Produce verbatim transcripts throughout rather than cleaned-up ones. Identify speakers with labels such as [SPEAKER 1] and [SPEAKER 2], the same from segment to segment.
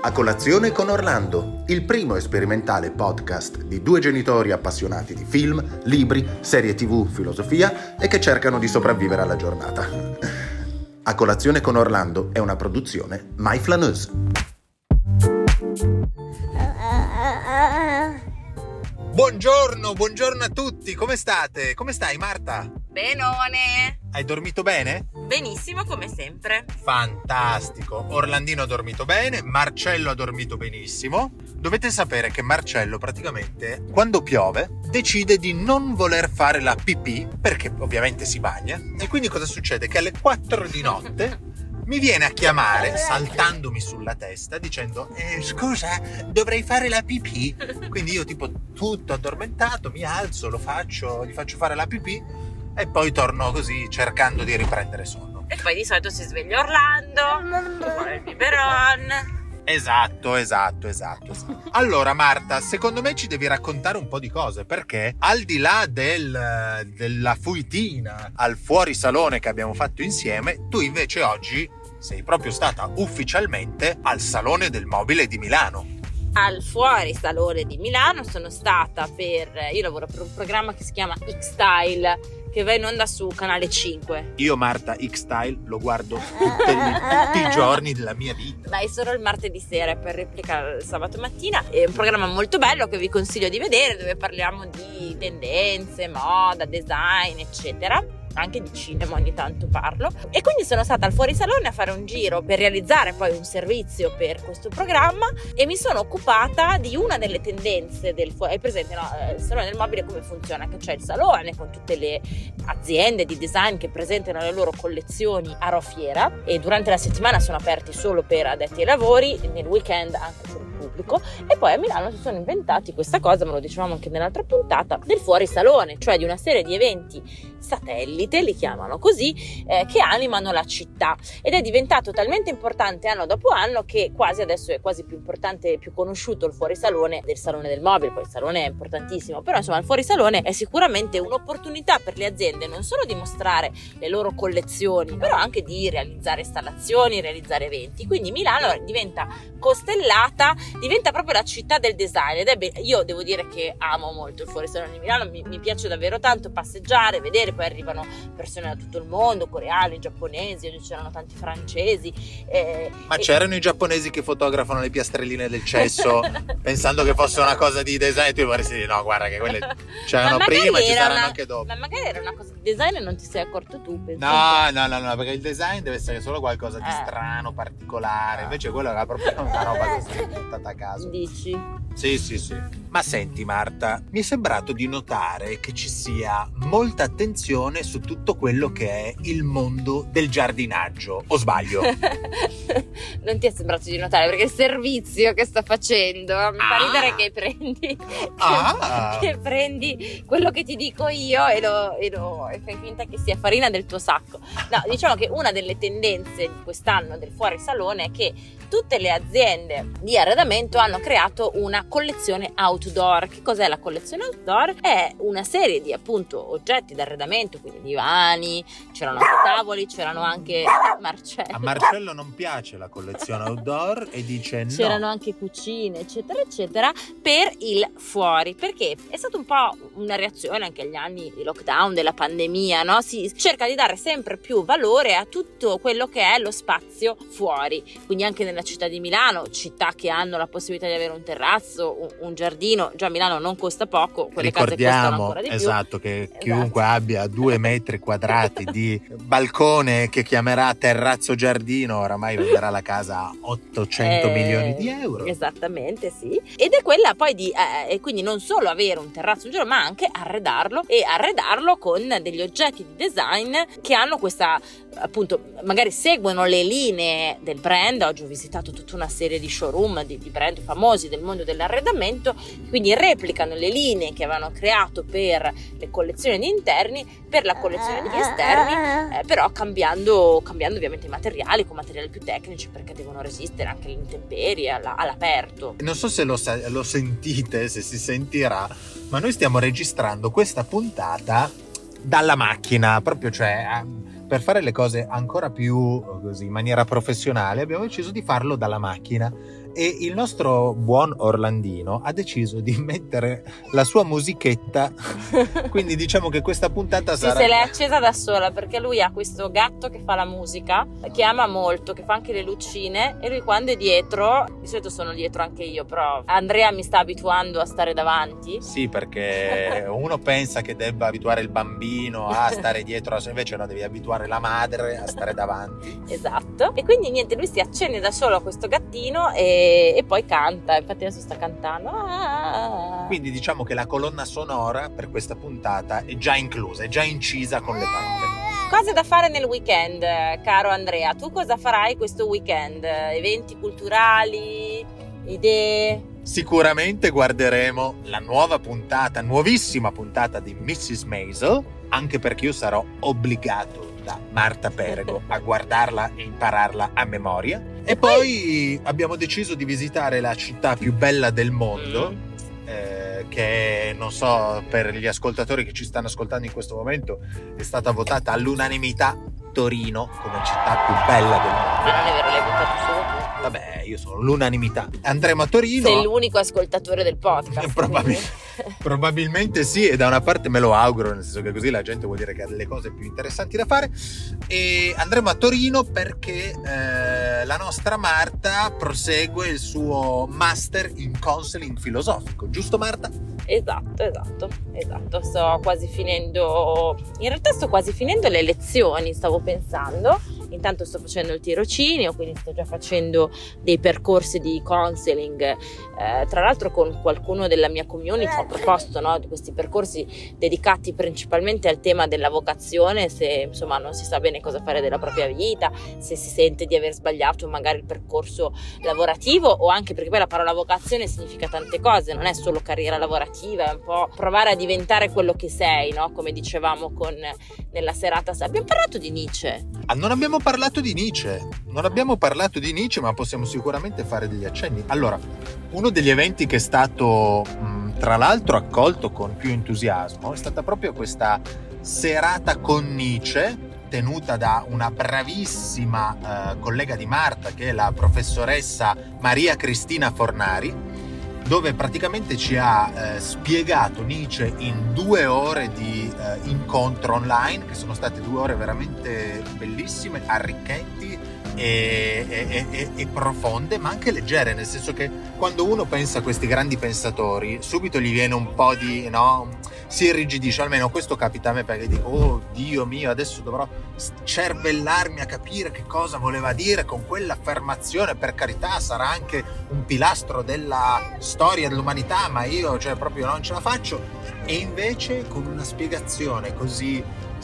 [SPEAKER 1] A colazione con Orlando, il primo e sperimentale podcast di due genitori appassionati di film, libri, serie tv, filosofia e che cercano di sopravvivere alla giornata. A colazione con Orlando è una produzione My Flaneuse. Buongiorno, buongiorno a tutti, come state? Come stai, Marta?
[SPEAKER 2] Benone!
[SPEAKER 1] Hai dormito bene?
[SPEAKER 2] Benissimo, come sempre.
[SPEAKER 1] Fantastico! Orlandino ha dormito bene, Marcello ha dormito benissimo. Dovete sapere che Marcello praticamente, quando piove, decide di non voler fare la pipì, perché ovviamente si bagna, e quindi cosa succede? Che alle quattro di notte mi viene a chiamare, saltandomi sulla testa, dicendo eh, scusa, dovrei fare la pipì. Quindi io tipo tutto addormentato, mi alzo, lo faccio, gli faccio fare la pipì e poi torno così cercando di riprendere sonno.
[SPEAKER 2] E poi di solito si sveglia Orlando, vuole il biberon.
[SPEAKER 1] Esatto, esatto, esatto, esatto. Allora Marta, secondo me ci devi raccontare un po' di cose, perché al di là del, della fuitina al fuorisalone che abbiamo fatto insieme, tu invece oggi sei proprio stata ufficialmente al Salone del Mobile di Milano.
[SPEAKER 2] Al fuorisalone di Milano sono stata per... Io lavoro per un programma che si chiama X-Style, che va in onda su Canale cinque.
[SPEAKER 1] Io Marta X-Style lo guardo tutti, tutti i giorni della mia vita.
[SPEAKER 2] Dai, solo il martedì sera per replica il sabato mattina. È un programma molto bello che vi consiglio di vedere, dove parliamo di tendenze, moda, design, eccetera. Anche di cinema ogni tanto parlo. E quindi sono stata al fuorisalone a fare un giro per realizzare poi un servizio per questo programma e mi sono occupata di una delle tendenze del fuori. Hai presente, no? Il Salone del Mobile come funziona? Che c'è il salone con tutte le aziende di design che presentano le loro collezioni a Rofiera, e durante la settimana sono aperti solo per addetti ai lavori, nel weekend anche per il pubblico. E poi a Milano si sono inventati questa cosa, ma lo dicevamo anche nell'altra puntata, del fuorisalone, cioè di una serie di eventi satellite, li chiamano così, eh, che animano la città, ed è diventato talmente importante anno dopo anno che quasi adesso è quasi più importante e più conosciuto il fuorisalone del Salone del Mobile. Poi il salone è importantissimo, però insomma il fuorisalone è sicuramente un'opportunità per le aziende non solo di mostrare le loro collezioni, però anche di realizzare installazioni, realizzare eventi. Quindi Milano diventa costellata, diventa proprio la città del design, ed è be- io devo dire che amo molto il fuorisalone di Milano, mi, mi piace davvero tanto passeggiare, vedere. Poi arrivano persone da tutto il mondo, coreani, giapponesi, oggi c'erano tanti francesi. Eh,
[SPEAKER 1] Ma
[SPEAKER 2] e...
[SPEAKER 1] c'erano i giapponesi che fotografano le piastrelline del cesso pensando che fosse una cosa di design, e tu vorresti dire no, guarda che quelle c'erano prima e ci saranno
[SPEAKER 2] una...
[SPEAKER 1] anche dopo.
[SPEAKER 2] Ma magari era una cosa di design e non ti sei accorto tu.
[SPEAKER 1] No, no, no, no, perché il design deve essere solo qualcosa di
[SPEAKER 2] eh.
[SPEAKER 1] strano, particolare. Invece quello era proprio una roba così buttata a caso.
[SPEAKER 2] Dici?
[SPEAKER 1] Sì, sì, sì. Ma senti Marta, mi è sembrato di notare che ci sia molta attenzione su tutto quello che è il mondo del giardinaggio, o sbaglio?
[SPEAKER 2] Non ti è sembrato di notare, perché il servizio che sto facendo mi fa
[SPEAKER 1] ah.
[SPEAKER 2] ridere che prendi
[SPEAKER 1] ah.
[SPEAKER 2] che, che prendi quello che ti dico io e lo, e lo e fai finta che sia farina del tuo sacco. No, diciamo che una delle tendenze di quest'anno del fuorisalone è che tutte le aziende di arredamento hanno creato una collezione outdoor. Che cos'è la collezione outdoor? È una serie di appunto oggetti d'arredamento, quindi divani, c'erano anche tavoli, c'erano anche Marcello.
[SPEAKER 1] A Marcello non piace la collezione outdoor e dice no.
[SPEAKER 2] C'erano anche cucine, eccetera, eccetera, per il fuori, perché è stata un po' una reazione anche agli anni di lockdown, della pandemia, no? Si cerca di dare sempre più valore a tutto quello che è lo spazio fuori, quindi anche nella città di Milano, città che hanno la possibilità di avere un terrazzo, un, un giardino. Già Milano non costa poco, quelle case costano ancora di più.
[SPEAKER 1] Esatto, che
[SPEAKER 2] esatto.
[SPEAKER 1] Chiunque abbia due metri quadrati di balcone che chiamerà terrazzo giardino oramai venderà la casa a ottocento
[SPEAKER 2] eh,
[SPEAKER 1] milioni di euro.
[SPEAKER 2] Esattamente, sì. Ed è quella poi di eh, e quindi non solo avere un terrazzo in giro, ma anche arredarlo, e arredarlo con degli oggetti di design che hanno questa, appunto, magari seguono le linee del brand. Oggi ho visitato tutta una serie di showroom di, di brand famosi del mondo dell'arredamento, quindi replicano le linee che avevano creato per le collezioni di interni per la collezione degli esterni, eh, però cambiando, cambiando ovviamente i materiali, con materiali più tecnici, perché devono resistere anche alle intemperie, alla, all'aperto.
[SPEAKER 1] Non so se lo, lo sentite, se si sentirà, ma noi stiamo registrando questa puntata dalla macchina, proprio, cioè per fare le cose ancora più così in maniera professionale abbiamo deciso di farlo dalla macchina, E il nostro buon Orlandino ha deciso di mettere la sua musichetta, quindi diciamo che questa puntata
[SPEAKER 2] sì,
[SPEAKER 1] sarà...
[SPEAKER 2] se l'è accesa da sola, perché lui ha questo gatto che fa la musica, che ama molto, che fa anche le lucine, e lui quando è dietro, di solito sono dietro anche io, però Andrea mi sta abituando a stare davanti.
[SPEAKER 1] Sì, perché uno pensa che debba abituare il bambino a stare dietro, invece no, devi abituare la madre a stare davanti.
[SPEAKER 2] Esatto, e quindi niente, lui si accende da solo a questo gattino e e poi canta, infatti adesso sta cantando. Ah.
[SPEAKER 1] Quindi diciamo che la colonna sonora per questa puntata è già inclusa, è già incisa con le parole.
[SPEAKER 2] Cose da fare nel weekend, caro Andrea. Tu cosa farai questo weekend? Eventi culturali, idee?
[SPEAKER 1] Sicuramente guarderemo la nuova puntata, nuovissima puntata di missus Maisel, anche perché io sarò obbligato da Marta Perego a guardarla e impararla a memoria. E poi abbiamo deciso di visitare la città più bella del mondo, mm. eh, che non so, per gli ascoltatori che ci stanno ascoltando in questo momento, è stata votata all'unanimità Torino come città più bella del mondo.
[SPEAKER 2] Ma non è vero, l'hai votato solo tu.
[SPEAKER 1] Vabbè, io sono l'unanimità. Andremo a Torino.
[SPEAKER 2] Sei l'unico ascoltatore del podcast.
[SPEAKER 1] Probabil- probabilmente sì, e da una parte me lo auguro, nel senso che così la gente vuol dire che ha delle cose più interessanti da fare. E andremo a Torino perché eh, la nostra Marta prosegue il suo master in counseling filosofico, giusto Marta?
[SPEAKER 2] Esatto, esatto, esatto. Sto quasi finendo, in realtà sto quasi finendo le lezioni, stavo pensando. Intanto sto facendo il tirocinio, quindi sto già facendo dei percorsi di counseling, eh, tra l'altro con qualcuno della mia community ho proposto, no, di questi percorsi dedicati principalmente al tema della vocazione, se insomma non si sa bene cosa fare della propria vita, se si sente di aver sbagliato magari il percorso lavorativo, o anche perché poi la parola vocazione significa tante cose, non è solo carriera lavorativa, è un po' provare a diventare quello che sei, no? Come dicevamo con, nella serata. Abbiamo parlato di Nietzsche.
[SPEAKER 1] Ah, non abbiamo parlato di Nietzsche, non abbiamo parlato di Nietzsche, ma possiamo sicuramente fare degli accenni. Allora, uno degli eventi che è stato mh, tra l'altro accolto con più entusiasmo è stata proprio questa serata con Nietzsche, tenuta da una bravissima eh, collega di Marta, che è la professoressa Maria Cristina Fornari, dove praticamente ci ha eh, spiegato Nietzsche in due ore di eh, incontro online, che sono state due ore veramente bellissime, arricchenti e, e, e, e profonde, ma anche leggere, nel senso che quando uno pensa a questi grandi pensatori subito gli viene un po' di, no, si irrigidisce, almeno questo capita a me, perché dico, oh Dio mio, adesso dovrò cervellarmi a capire che cosa voleva dire con quell'affermazione. Per carità, sarà anche un pilastro della storia dell'umanità, ma io cioè proprio non ce la faccio. E invece con una spiegazione così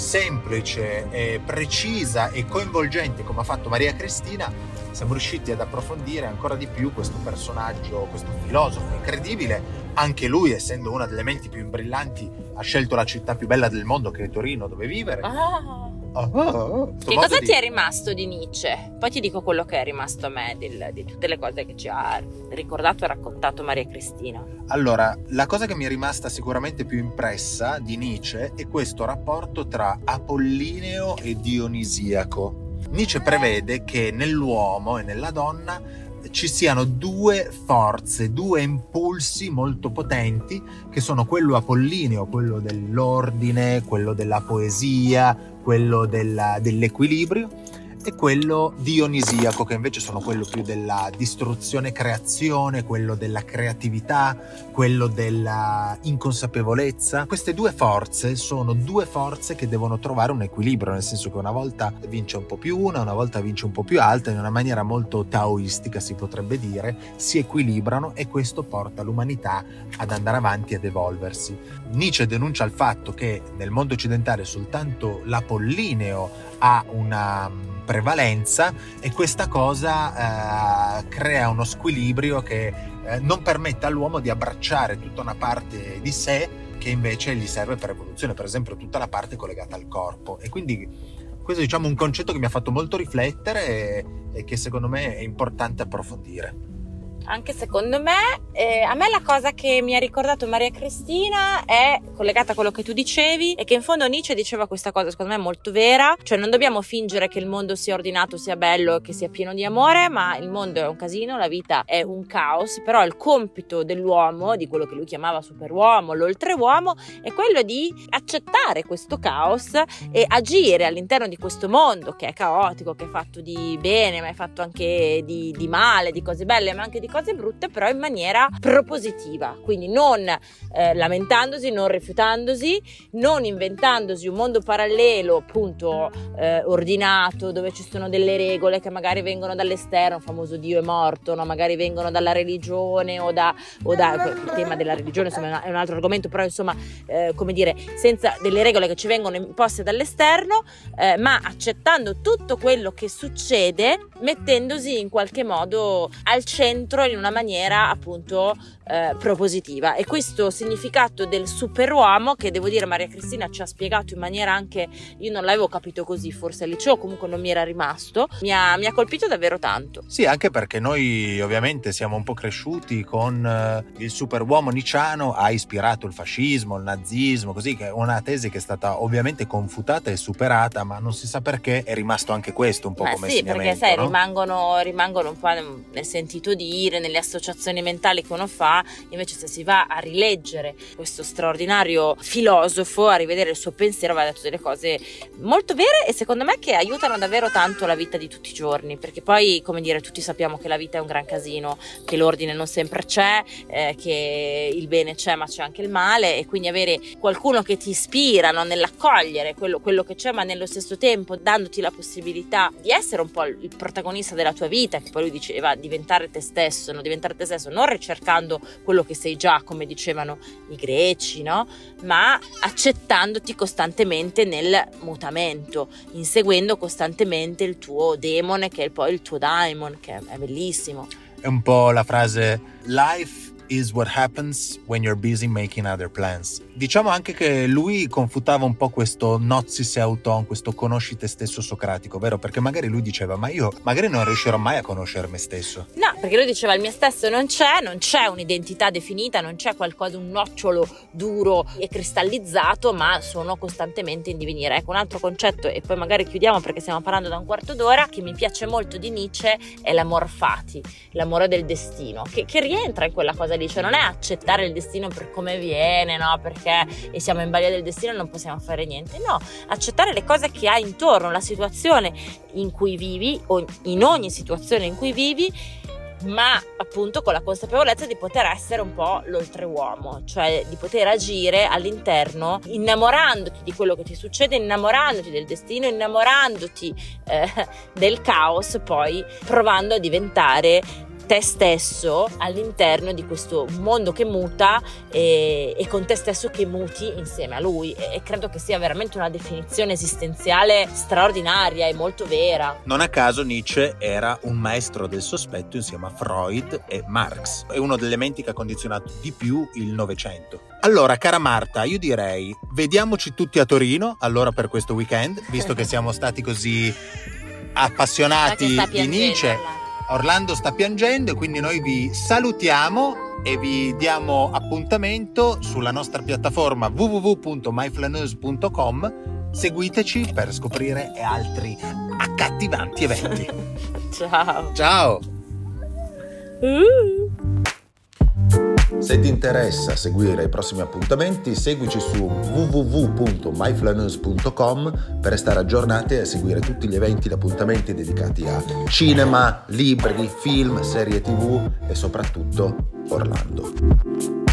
[SPEAKER 1] semplice, e precisa e coinvolgente come ha fatto Maria Cristina, siamo riusciti ad approfondire ancora di più questo personaggio, questo filosofo incredibile. Anche lui, essendo una delle menti più brillanti, ha scelto la città più bella del mondo, che è Torino, dove vivere.
[SPEAKER 2] Ah.
[SPEAKER 1] Oh, oh, oh.
[SPEAKER 2] Che cosa di... ti è rimasto di Nietzsche? Poi ti dico quello che è rimasto a me del, di tutte le cose che ci ha ricordato e raccontato Maria Cristina.
[SPEAKER 1] Allora, la cosa che mi è rimasta sicuramente più impressa di Nietzsche è questo rapporto tra apollineo e dionisiaco. Nietzsche prevede che nell'uomo e nella donna ci siano due forze, due impulsi molto potenti, che sono quello apollineo, quello dell'ordine, quello della poesia, quello della, dell'equilibrio, e quello dionisiaco, che invece sono quello più della distruzione creazione, quello della creatività, quello della inconsapevolezza. Queste due forze sono due forze che devono trovare un equilibrio, nel senso che una volta vince un po' più una, una volta vince un po' più altra, in una maniera molto taoistica si potrebbe dire, si equilibrano, e questo porta l'umanità ad andare avanti, ad evolversi. Nietzsche denuncia il fatto che nel mondo occidentale soltanto l'apollineo ha una prevalenza, e questa cosa eh, crea uno squilibrio che eh, non permette all'uomo di abbracciare tutta una parte di sé che invece gli serve per evoluzione, per esempio tutta la parte collegata al corpo. E quindi questo, diciamo, un concetto che mi ha fatto molto riflettere e, e che secondo me è importante approfondire.
[SPEAKER 2] Anche secondo me, eh, a me la cosa che mi ha ricordato Maria Cristina è collegata a quello che tu dicevi, e che in fondo Nietzsche diceva questa cosa, secondo me è molto vera, cioè non dobbiamo fingere che il mondo sia ordinato, sia bello, che sia pieno di amore, ma il mondo è un casino, la vita è un caos, però il compito dell'uomo, di quello che lui chiamava superuomo, l'oltreuomo, è quello di accettare questo caos e agire all'interno di questo mondo che è caotico, che è fatto di bene, ma è fatto anche di, di male, di cose belle, ma anche di cose brutte, però in maniera propositiva, quindi non eh, lamentandosi, non rifiutandosi, non inventandosi un mondo parallelo appunto eh, ordinato, dove ci sono delle regole che magari vengono dall'esterno, il famoso Dio è morto, no? Magari vengono dalla religione o da, o da il tema della religione insomma è un altro argomento, però insomma eh, come dire, senza delle regole che ci vengono imposte dall'esterno, eh, ma accettando tutto quello che succede, mettendosi in qualche modo al centro in una maniera appunto eh, propositiva. E questo significato del superuomo, che devo dire Maria Cristina ci ha spiegato in maniera anche, io non l'avevo capito così, forse al liceo comunque non mi era rimasto, mi ha, mi ha colpito davvero tanto.
[SPEAKER 1] Sì, anche perché noi ovviamente siamo un po' cresciuti con uh, il superuomo nicciano, ha ispirato il fascismo, il nazismo, così, che è una tesi che è stata ovviamente confutata e superata, ma non si sa perché è rimasto anche questo un po'
[SPEAKER 2] ma
[SPEAKER 1] come
[SPEAKER 2] sì,
[SPEAKER 1] insegnamento,
[SPEAKER 2] perché sai,
[SPEAKER 1] no?
[SPEAKER 2] rimangono, rimangono un po' nel sentito dire, nelle associazioni mentali che uno fa. Invece se si va a rileggere questo straordinario filosofo, a rivedere il suo pensiero, va detto delle cose molto vere e secondo me che aiutano davvero tanto la vita di tutti i giorni, perché poi, come dire, tutti sappiamo che la vita è un gran casino, che l'ordine non sempre c'è, eh, che il bene c'è ma c'è anche il male, e quindi avere qualcuno che ti ispira, no, nell'accogliere quello, quello che c'è, ma nello stesso tempo dandoti la possibilità di essere un po' il protagonista della tua vita, che poi lui diceva diventare te stesso, no? Diventare te stesso non ricercando quello che sei già, come dicevano i greci, no? Ma accettandoti costantemente nel mutamento, inseguendo costantemente il tuo demone, che è poi il tuo daimon, che è bellissimo.
[SPEAKER 1] È un po' la frase life is what happens when you're busy making other plans. Diciamo anche che lui confutava un po' questo nozis e auton, questo conosci te stesso socratico, vero? Perché magari lui diceva, ma io magari non riuscirò mai a conoscere me stesso.
[SPEAKER 2] No, perché lui diceva il mio stesso non c'è, non c'è un'identità definita, non c'è qualcosa, un nocciolo duro e cristallizzato, ma sono costantemente in divenire. Ecco, un altro concetto, e poi magari chiudiamo perché stiamo parlando da un quarto d'ora, che mi piace molto di Nietzsche è l'amor fati, l'amore del destino, che, che rientra in quella cosa lì, cioè non è accettare il destino per come viene, no, perché e siamo in balia del destino e non possiamo fare niente, no, accettare le cose che hai intorno, la situazione in cui vivi o in ogni situazione in cui vivi, ma appunto con la consapevolezza di poter essere un po' l'oltreuomo, cioè di poter agire all'interno innamorandoti di quello che ti succede, innamorandoti del destino, innamorandoti eh, del caos, poi provando a diventare te stesso all'interno di questo mondo che muta e, e con te stesso che muti insieme a lui, e, e credo che sia veramente una definizione esistenziale straordinaria e molto vera.
[SPEAKER 1] Non a caso Nietzsche era un maestro del sospetto insieme a Freud e Marx, è uno degli elementi che ha condizionato di più il Novecento. Allora, cara Marta, io direi vediamoci tutti a Torino allora per questo weekend, visto che siamo stati così appassionati di Nietzsche. Orlando sta piangendo e quindi noi vi salutiamo e vi diamo appuntamento sulla nostra piattaforma w w w punto my flaneuse punto com. Seguiteci per scoprire altri accattivanti eventi.
[SPEAKER 2] Ciao.
[SPEAKER 1] Ciao.
[SPEAKER 2] Uh.
[SPEAKER 3] Se ti interessa seguire i prossimi appuntamenti, seguici su w w w punto my flaneuse punto com per restare aggiornati e seguire tutti gli eventi e appuntamenti dedicati a cinema, libri, film, serie tv e soprattutto Orlando.